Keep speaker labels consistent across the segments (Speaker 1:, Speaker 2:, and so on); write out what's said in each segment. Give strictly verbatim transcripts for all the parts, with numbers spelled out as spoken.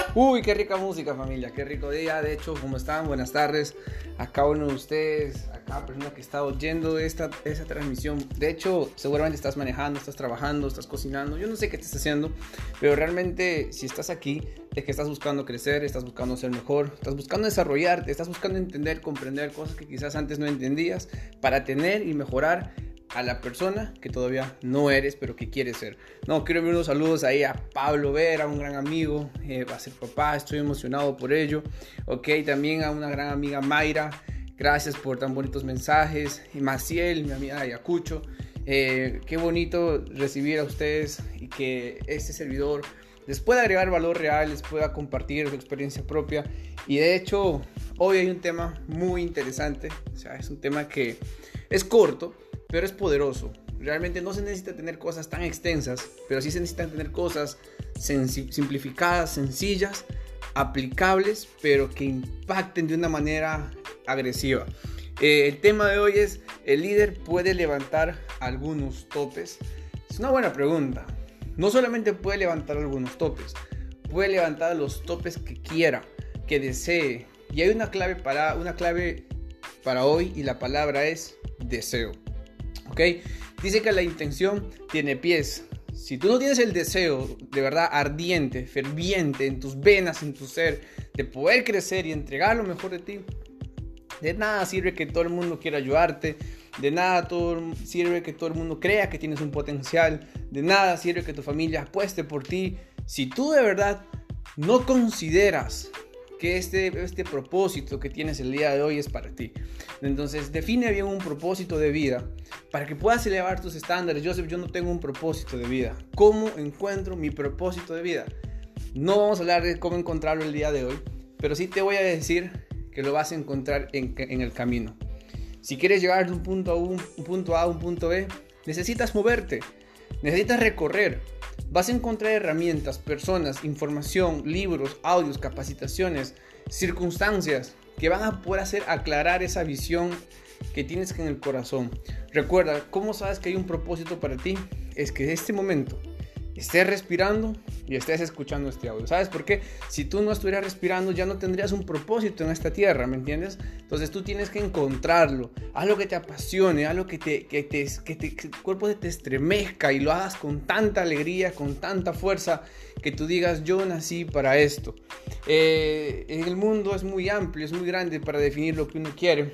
Speaker 1: Uy, qué rica música, familia, qué rico día. De hecho, ¿cómo están? Buenas tardes a cada uno de ustedes, a cada persona que está oyendo esta, esta transmisión. De hecho, seguramente estás manejando, estás trabajando, estás cocinando. Yo no sé qué te estás haciendo, pero realmente si estás aquí es que estás buscando crecer, estás buscando ser mejor, estás buscando desarrollarte, estás buscando entender, comprender cosas que quizás antes no entendías para tener y mejorar a la persona que todavía no eres, pero que quieres ser. No, quiero enviar unos saludos ahí a Pablo Vera, un gran amigo, eh, va a ser papá, estoy emocionado por ello. Ok, también a una gran amiga Mayra, gracias por tan bonitos mensajes. Y Maciel, mi amiga Ayacucho, eh, qué bonito recibir a ustedes y que este servidor les pueda agregar valor real, les pueda compartir su experiencia propia. Y de hecho, hoy hay un tema muy interesante, o sea, es un tema que es corto, pero es poderoso. Realmente no se necesita tener cosas tan extensas, pero sí se necesitan tener cosas sensi- simplificadas, sencillas, aplicables, pero que impacten de una manera agresiva. Eh, el tema de hoy es: ¿el líder puede levantar algunos topes? Es una buena pregunta. No solamente puede levantar algunos topes, puede levantar los topes que quiera, que desee. Y hay una clave para, una clave para hoy, y la palabra es deseo. ¿Ok? Dice que la intención tiene pies. Si tú no tienes el deseo de verdad ardiente, ferviente en tus venas, en tu ser, de poder crecer y entregar lo mejor de ti, de nada sirve que todo el mundo quiera ayudarte, de nada todo, sirve que todo el mundo crea que tienes un potencial, de nada sirve que tu familia apueste por ti. Si tú de verdad no consideras que este, este propósito que tienes el día de hoy es para ti, entonces define bien un propósito de vida para que puedas elevar tus estándares. Joseph, yo no tengo un propósito de vida. ¿Cómo encuentro mi propósito de vida? No vamos a hablar de cómo encontrarlo el día de hoy, pero sí te voy a decir que lo vas a encontrar en, en el camino. Si quieres llegar de un punto a un, un punto A a un punto B, necesitas moverte, necesitas recorrer. Vas a encontrar herramientas, personas, información, libros, audios, capacitaciones, circunstancias que van a poder hacer aclarar esa visión que tienes en el corazón. Recuerda, ¿cómo sabes que hay un propósito para ti? Es que en este momento estés respirando y estés escuchando este audio. ¿Sabes por qué? Si tú no estuvieras respirando, ya no tendrías un propósito en esta tierra, ¿me entiendes? Entonces tú tienes que encontrarlo, algo que te apasione, algo que, te, que, te, que, te, que tu cuerpo te estremezca y lo hagas con tanta alegría, con tanta fuerza, que tú digas: yo nací para esto. Eh, en el mundo es muy amplio, es muy grande para definir lo que uno quiere,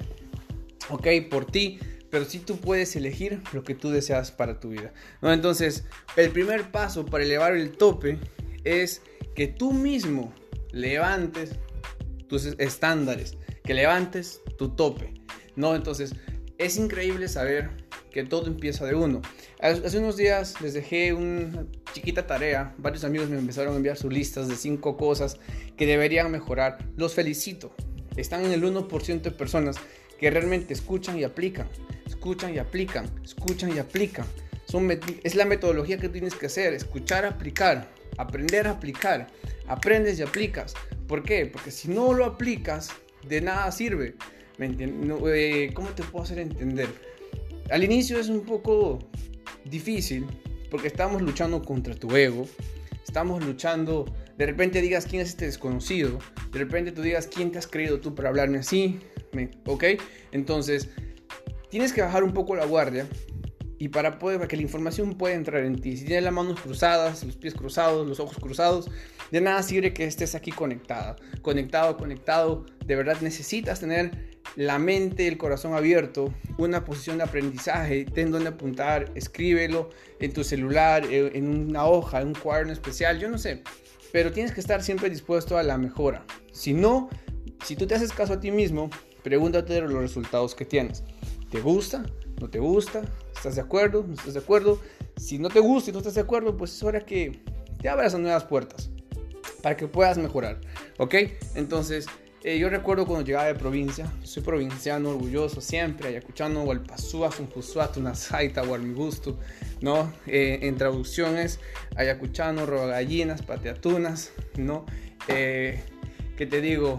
Speaker 1: ok, por ti. Pero sí tú puedes elegir lo que tú deseas para tu vida, ¿no? Entonces, el primer paso para elevar el tope es que tú mismo levantes tus estándares, que levantes tu tope, ¿no? Entonces, es increíble saber que todo empieza de uno. Hace unos días les dejé una chiquita tarea. Varios amigos me empezaron a enviar sus listas de cinco cosas que deberían mejorar. Los felicito. Están en el uno por ciento de personas que realmente escuchan y aplican, escuchan y aplican, escuchan y aplican. Son met- es la metodología que tienes que hacer: escuchar, aplicar, aprender a aplicar. Aprendes y aplicas. ¿Por qué? Porque si no lo aplicas, de nada sirve. ¿Me entiendes? No, eh, ¿Cómo te puedo hacer entender? Al inicio es un poco difícil porque estamos luchando contra tu ego. Estamos luchando, de repente digas: ¿quién es este desconocido? De repente tú digas: ¿quién te has creído tú para hablarme así? ¿Ok? Entonces, tienes que bajar un poco la guardia y para, poder, para que la información pueda entrar en ti. Si tienes las manos cruzadas, los pies cruzados, los ojos cruzados, de nada sirve que estés aquí conectada. Conectado, conectado. De verdad necesitas tener la mente, el corazón abierto, una posición de aprendizaje, ten donde apuntar, escríbelo en tu celular, en una hoja, en un cuaderno especial, yo no sé. Pero tienes que estar siempre dispuesto a la mejora. Si no, si tú te haces caso a ti mismo, pregúntate los resultados que tienes. ¿Te gusta? ¿No te gusta? ¿Estás de acuerdo? ¿No estás de acuerdo? Si no te gusta y no estás de acuerdo, pues es hora que te abras a nuevas puertas para que puedas mejorar, ¿ok? Entonces, eh, yo recuerdo cuando llegaba de provincia, soy provinciano orgulloso siempre, ayacuchano, Hualpazúa, Funjusuatu, Nazaita, Guarmigusto, ¿no? Eh, en traducciones, ayacuchano, robagallinas, pateatunas, ¿no? Eh, ¿Qué te digo?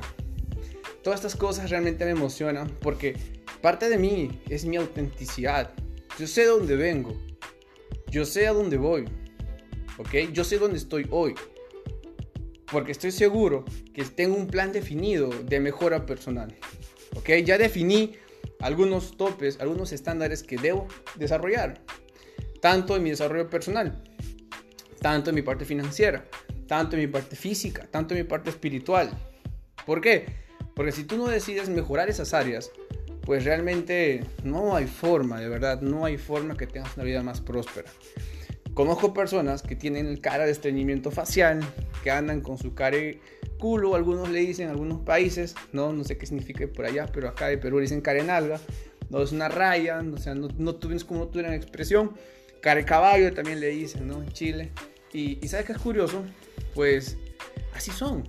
Speaker 1: Todas estas cosas realmente me emocionan porque parte de mí es mi autenticidad. Yo sé de dónde vengo, yo sé a dónde voy, ¿ok? Yo sé dónde estoy hoy. porque estoy seguro que tengo un plan definido de mejora personal. ¿Ok? Ya definí algunos topes, algunos estándares que debo desarrollar, tanto en mi desarrollo personal, tanto en mi parte financiera, tanto en mi parte física, tanto en mi parte espiritual. ¿Por qué? Porque si tú no decides mejorar esas áreas, pues realmente no hay forma, de verdad, no hay forma que tengas una vida más próspera. Conozco personas que tienen cara de estreñimiento facial, que andan con su cara de culo, algunos le dicen en algunos países, no, no sé qué significa por allá, pero acá de Perú le dicen cara de nalga, no es una raya, o sea, no, no tuvieras como no tuvieran expresión, cara de caballo también le dicen, ¿no? En Chile. Y, y ¿sabes qué es curioso? Pues así son.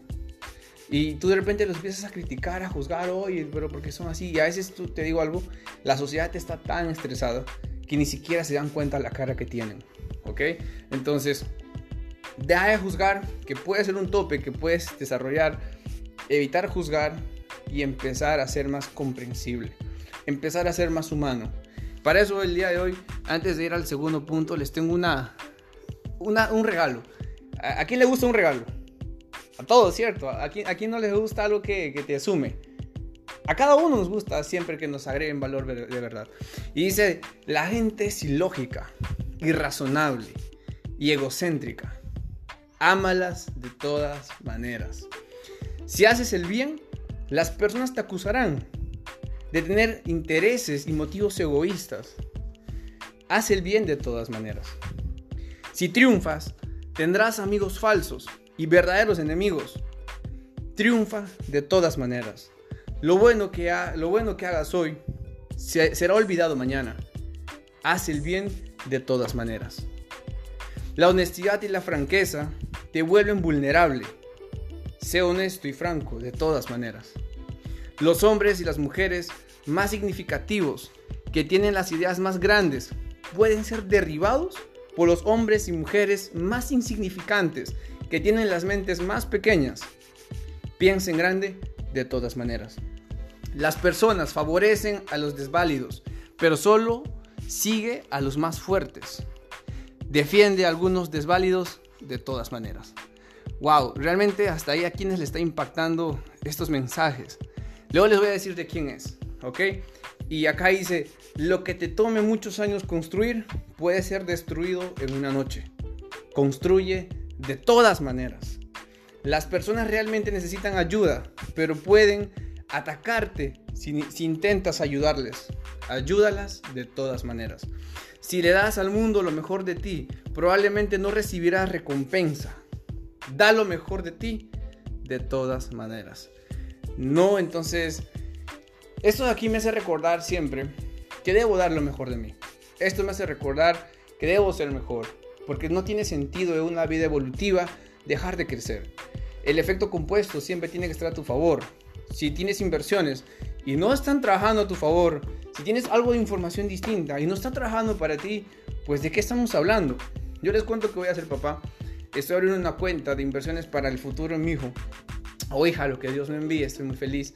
Speaker 1: Y tú de repente los empiezas a criticar, a juzgar, oye, pero ¿por qué son así? Y a veces tú te digo algo, la sociedad está tan estresada que ni siquiera se dan cuenta de la cara que tienen, ¿ok? Entonces, deja de juzgar, que puede ser un tope que puedes desarrollar, evitar juzgar y empezar a ser más comprensible, empezar a ser más humano. Para eso el día de hoy, antes de ir al segundo punto, les tengo una, una, un regalo. ¿A, ¿A quién le gusta un regalo? A todos, ¿cierto? ¿A quién, a quién no les gusta algo que, que te asume? A cada uno nos gusta siempre que nos agreguen valor de verdad. Y dice, la gente es ilógica, irrazonable y egocéntrica. Ámalas de todas maneras. Si haces el bien, las personas te acusarán de tener intereses y motivos egoístas. Haz el bien de todas maneras. Si triunfas, tendrás amigos falsos y verdaderos enemigos. Triunfa de todas maneras. Lo bueno que, ha, lo bueno que hagas hoy se, será olvidado mañana. Haz el bien de todas maneras. La honestidad y la franqueza te vuelven vulnerable. Sé honesto y franco de todas maneras. Los hombres y las mujeres más significativos, que tienen las ideas más grandes, pueden ser derribados por los hombres y mujeres más insignificantes, que tienen las mentes más pequeñas. Piensa en grande de todas maneras. Las personas favorecen a los desválidos, pero solo sigue a los más fuertes. Defiende a algunos desválidos de todas maneras. Wow, realmente hasta ahí a quienes le está impactando estos mensajes. Luego les voy a decir de quién es, ¿ok? Y acá dice, lo que te tome muchos años construir puede ser destruido en una noche. Construye de todas maneras. Las personas realmente necesitan ayuda, pero pueden atacarte si, si intentas ayudarles. Ayúdalas de todas maneras. Si le das al mundo lo mejor de ti, probablemente no recibirás recompensa. Da lo mejor de ti de todas maneras. No, entonces, esto de aquí me hace recordar siempre que debo dar lo mejor de mí. Esto me hace recordar que debo ser mejor, porque no tiene sentido en una vida evolutiva dejar de crecer. El efecto compuesto siempre tiene que estar a tu favor. Si tienes inversiones y no están trabajando a tu favor, si tienes algo de información distinta y no está trabajando para ti, pues ¿de qué estamos hablando? Yo les cuento que voy a ser papá. Estoy abriendo una cuenta de inversiones para el futuro en mi hijo o hija, lo que Dios me envíe. Estoy muy feliz.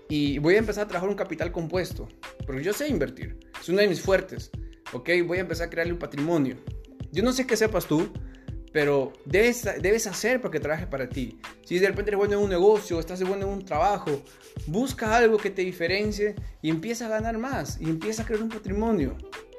Speaker 1: Y voy a empezar a trabajar un capital compuesto, porque yo sé invertir. Es uno de mis fuertes. ¿Ok? Voy a empezar a crearle un patrimonio. Yo no sé qué sepas tú, pero debes, debes hacer para que trabaje para ti. Si de repente eres bueno en un negocio, estás bueno en un trabajo, busca algo que te diferencie y empieza a ganar más y empieza a crear un patrimonio.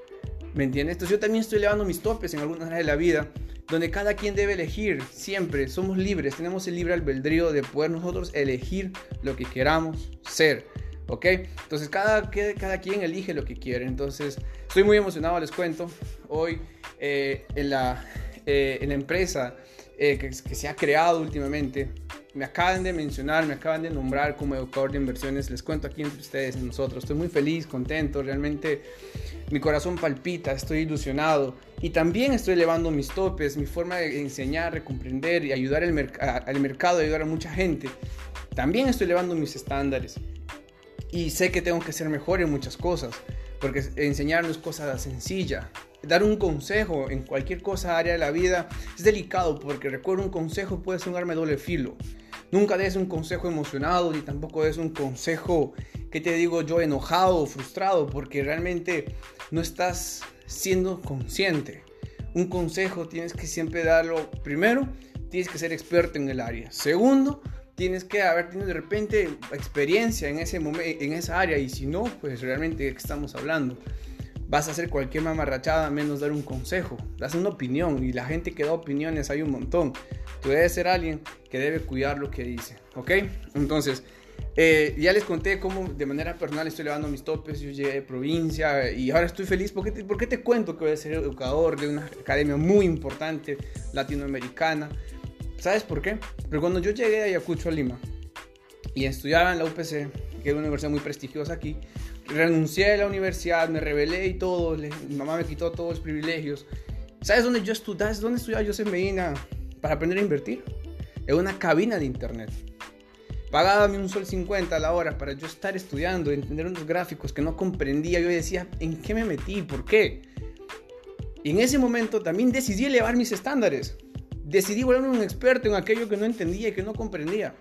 Speaker 1: ¿Me entiendes? Entonces yo también estoy elevando mis topes en algunas áreas de la vida, donde cada quien debe elegir. Siempre somos libres, tenemos el libre albedrío de poder nosotros elegir lo que queramos ser. ¿Ok? Entonces cada, cada quien elige lo que quiere. Entonces estoy muy emocionado, les cuento. Hoy eh, en, la, eh, en la empresa eh, que, que se ha creado últimamente, me acaban de mencionar, me acaban de nombrar como educador de inversiones. Les cuento aquí entre ustedes y nosotros. Estoy muy feliz, contento, realmente mi corazón palpita, estoy ilusionado. Y también estoy elevando mis topes, mi forma de enseñar, de comprender y ayudar al, merc- al mercado, ayudar a mucha gente. También estoy elevando mis estándares. Y sé que tengo que ser mejor en muchas cosas, porque enseñar no es cosa sencilla. Dar un consejo en cualquier cosa, área de la vida, es delicado, porque recuerda, un consejo puede ser un arma de doble filo. Nunca des un consejo emocionado, ni tampoco des un consejo, que te digo yo, enojado o frustrado, porque realmente no estás siendo consciente. Un consejo tienes que siempre darlo primero tienes que ser experto en el área. Segundo, tienes que haber tenido de repente experiencia en, ese momento, en esa área, y si no, pues realmente ¿de qué estamos hablando? Vas a hacer cualquier mamarrachada menos dar un consejo, das una opinión, y la gente que da opiniones hay un montón. Tú debes ser alguien que debe cuidar lo que dice, ¿ok? Entonces, eh, ya les conté cómo de manera personal estoy elevando mis topes. Yo llegué de provincia y ahora estoy feliz. ¿Por qué te, por qué te cuento que voy a ser educador de una academia muy importante latinoamericana? ¿Sabes por qué? Porque cuando yo llegué de Ayacucho a Lima y estudiaba en la U P C, que es una universidad muy prestigiosa aquí, renuncié a la universidad, me rebelé y todo, le, mi mamá me quitó todos los privilegios. ¿Sabes dónde yo estudiaba? ¿Dónde estudiaba Joseph Medina para aprender a invertir? En una cabina de internet. Pagábame un sol cincuenta a la hora para yo estar estudiando, entender unos gráficos que no comprendía. Yo decía, ¿en qué me metí? ¿Por qué? Y en ese momento también decidí elevar mis estándares. Decidí volverme un experto en aquello que no entendía y que no comprendía.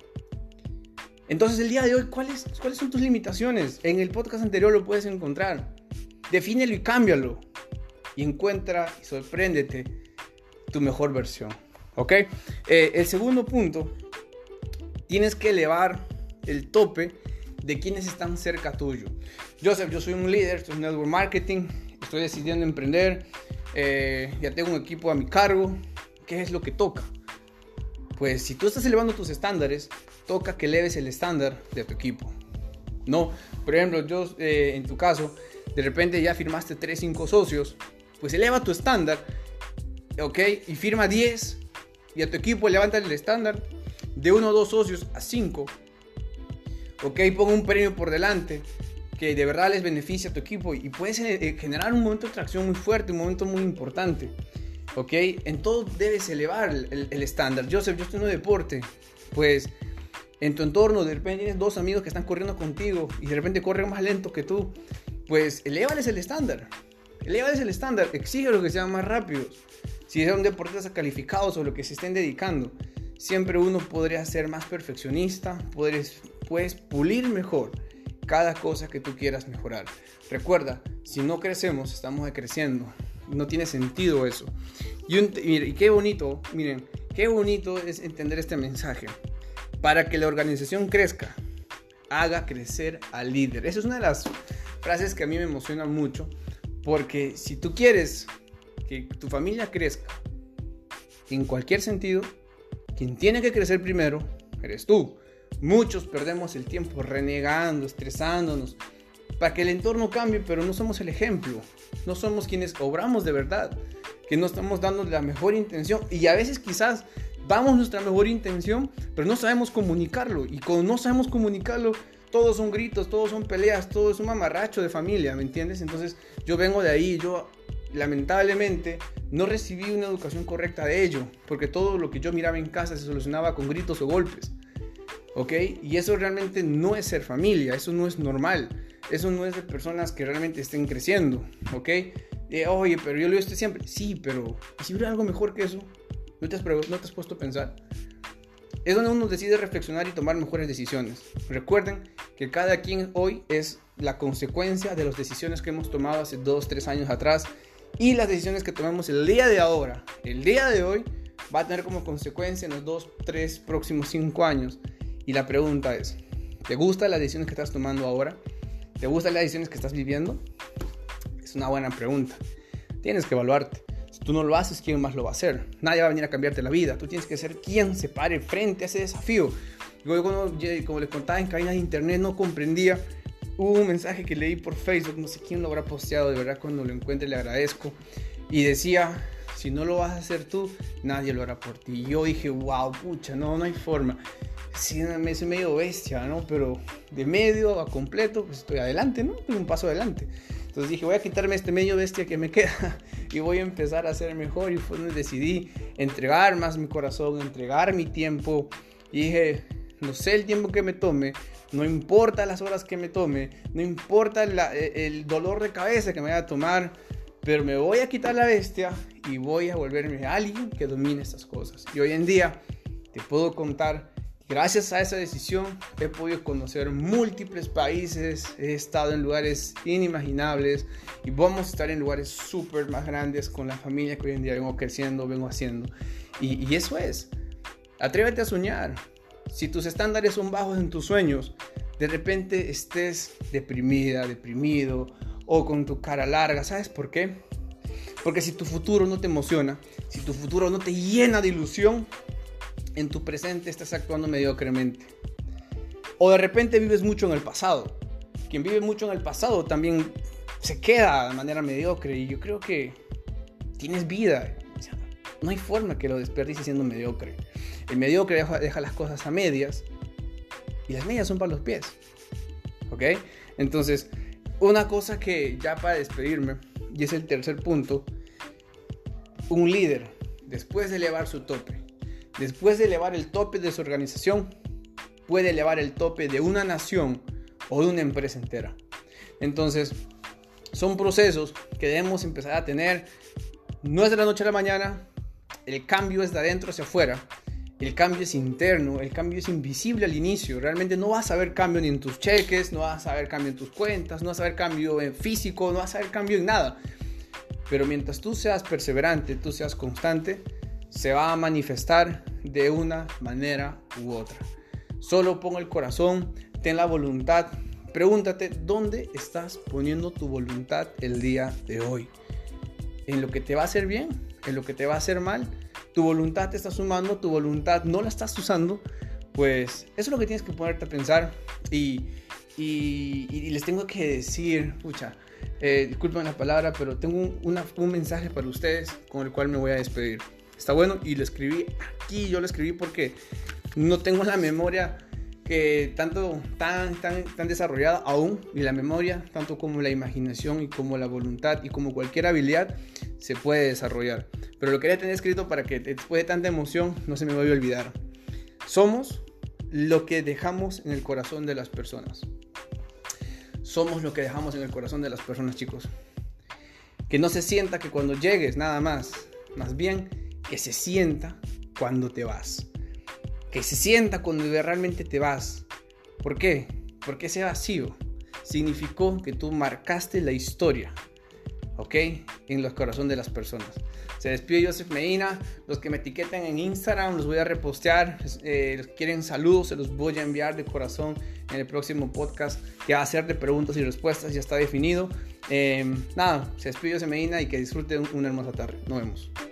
Speaker 1: Entonces el día de hoy, ¿cuáles, ¿cuáles son tus limitaciones? En el podcast anterior lo puedes encontrar. Defínelo y cámbialo. Y encuentra y sorpréndete tu mejor versión. ¿Ok? Eh, el segundo punto, tienes que elevar el tope de quienes están cerca tuyo. Joseph, yo soy un líder, soy un network marketing, estoy decidiendo emprender, eh, ya tengo un equipo a mi cargo. ¿Qué es lo que toca? Pues si tú estás elevando tus estándares, toca que eleves el estándar de tu equipo. No, por ejemplo, yo eh, en tu caso, de repente ya firmaste tres, cinco socios, pues eleva tu estándar, ¿ok? Y firma diez, y a tu equipo levanta el estándar de uno o dos socios a cinco, ¿ok? Pon un premio por delante que de verdad les beneficia a tu equipo y puedes eh, generar un momento de atracción muy fuerte, un momento muy importante. ¿Ok? En todo debes elevar el, el estándar. Joseph, yo estoy en un deporte. Pues en tu entorno de repente tienes dos amigos que están corriendo contigo y de repente corren más lento que tú. Pues elévales el estándar. Elévales el estándar. Exige lo que sean más rápidos. Si son deportistas calificados o lo que se estén dedicando, siempre uno podría ser más perfeccionista. Puedes, puedes pulir mejor cada cosa que tú quieras mejorar. Recuerda, si no crecemos, estamos decreciendo. No tiene sentido eso. Y, un, y qué bonito, miren, qué bonito es entender este mensaje. Para que la organización crezca, haga crecer al líder. Esa es una de las frases que a mí me emociona mucho. Porque si tú quieres que tu familia crezca, en cualquier sentido, quien tiene que crecer primero eres tú. Muchos perdemos el tiempo renegando, estresándonos, para que el entorno cambie, pero no somos el ejemplo. No somos quienes obramos de verdad, que no estamos dando la mejor intención. Y a veces quizás damos nuestra mejor intención, pero no sabemos comunicarlo. Y cuando no sabemos comunicarlo, todos son gritos, todos son peleas, todo es un mamarracho de familia, ¿me entiendes? Entonces yo vengo de ahí, yo lamentablemente no recibí una educación correcta de ello, porque todo lo que yo miraba en casa se solucionaba con gritos o golpes. ¿Ok? Y eso realmente no es ser familia, eso no es normal. Eso no es de personas que realmente estén creciendo, ¿ok? Eh, Oye, pero yo lo estoy siempre. Sí, pero ¿y si hubiera algo mejor que eso? ¿No te has, ¿No te has puesto a pensar? Es donde uno decide reflexionar y tomar mejores decisiones. Recuerden que cada quien hoy es la consecuencia de las decisiones que hemos tomado hace dos, tres años atrás, y las decisiones que tomamos el día de ahora, el día de hoy, va a tener como consecuencia en los dos, tres próximos cinco años. Y la pregunta es, ¿te gustan las decisiones que estás tomando ahora? ¿Te gustan las decisiones que estás viviendo? Es una buena pregunta. Tienes que evaluarte. Si tú no lo haces, ¿quién más lo va a hacer? Nadie va a venir a cambiarte la vida. Tú tienes que ser quien se pare frente a ese desafío. Yo, cuando, como les contaba, en cabina de internet no comprendía. Hubo un mensaje que leí por Facebook, no sé quién lo habrá posteado, de verdad cuando lo encuentre le agradezco. Y decía, si no lo vas a hacer tú, nadie lo hará por ti. Y yo dije, wow, pucha, no, no hay forma. Sí, me soy medio bestia, ¿no? Pero de medio a completo, pues estoy adelante, ¿no? Estoy un paso adelante. Entonces dije, voy a quitarme este medio bestia que me queda y voy a empezar a ser mejor. Y fue donde decidí entregar más mi corazón, entregar mi tiempo. Y dije, no sé el tiempo que me tome, no importa las horas que me tome, no importa la, el dolor de cabeza que me vaya a tomar, pero me voy a quitar la bestia y voy a volverme alguien que domine estas cosas. Y hoy en día te puedo contar, gracias a esa decisión he podido conocer múltiples países, he estado en lugares inimaginables y vamos a estar en lugares súper más grandes con la familia que hoy en día vengo creciendo, vengo haciendo. Y, y eso es. Atrévete a soñar. Si tus estándares son bajos en tus sueños, de repente estés deprimida, deprimido o con tu cara larga. ¿Sabes por qué? Porque si tu futuro no te emociona, si tu futuro no te llena de ilusión, en tu presente estás actuando mediocremente. O de repente vives mucho en el pasado. Quien vive mucho en el pasado también se queda de manera mediocre. Y yo creo que tienes vida. O sea, no hay forma que lo desperdicies siendo mediocre. El mediocre deja, deja las cosas a medias. Y las medias son para los pies. ¿Ok? Entonces, una cosa que ya para despedirme, y es el tercer punto. Un líder, después de elevar su tope, después de elevar el tope de su organización, puede elevar el tope de una nación o de una empresa entera. Entonces, son procesos que debemos empezar a tener. No es de la noche a la mañana. El cambio es de adentro hacia afuera. El cambio es interno. El cambio es invisible al inicio. Realmente no vas a ver cambio ni en tus cheques, no vas a ver cambio en tus cuentas, no vas a ver cambio en físico, no vas a ver cambio en nada. Pero mientras tú seas perseverante, tú seas constante, se va a manifestar de una manera u otra. Solo pon el corazón, ten la voluntad. Pregúntate, ¿dónde estás poniendo tu voluntad el día de hoy? ¿En lo que te va a hacer bien? ¿En lo que te va a hacer mal? ¿Tu voluntad te está sumando? ¿Tu voluntad no la estás usando? Pues eso es lo que tienes que ponerte a pensar. Y, y, y les tengo que decir, pucha, eh, disculpen la palabra, pero tengo un, una, un mensaje para ustedes con el cual me voy a despedir. Está bueno y lo escribí aquí, yo lo escribí porque no tengo la memoria que tanto tan, tan, tan desarrollada aún, y la memoria, tanto como la imaginación y como la voluntad y como cualquier habilidad, se puede desarrollar. Pero lo quería tener escrito para que después de tanta emoción no se me vaya a olvidar. Somos lo que dejamos en el corazón de las personas. Somos lo que dejamos en el corazón de las personas, chicos. Que no se sienta que cuando llegues nada más, más bien que se sienta cuando te vas. Que se sienta cuando realmente te vas. ¿Por qué? Porque ese vacío significó que tú marcaste la historia, ¿ok? En los corazones de las personas. Se despide Joseph Medina. Los que me etiqueten en Instagram los voy a repostear. Eh, los que quieren saludos se los voy a enviar de corazón en el próximo podcast, que va a ser de preguntas y respuestas. Ya está definido. Eh, nada, se despide Joseph Medina y que disfruten una hermosa tarde. Nos vemos.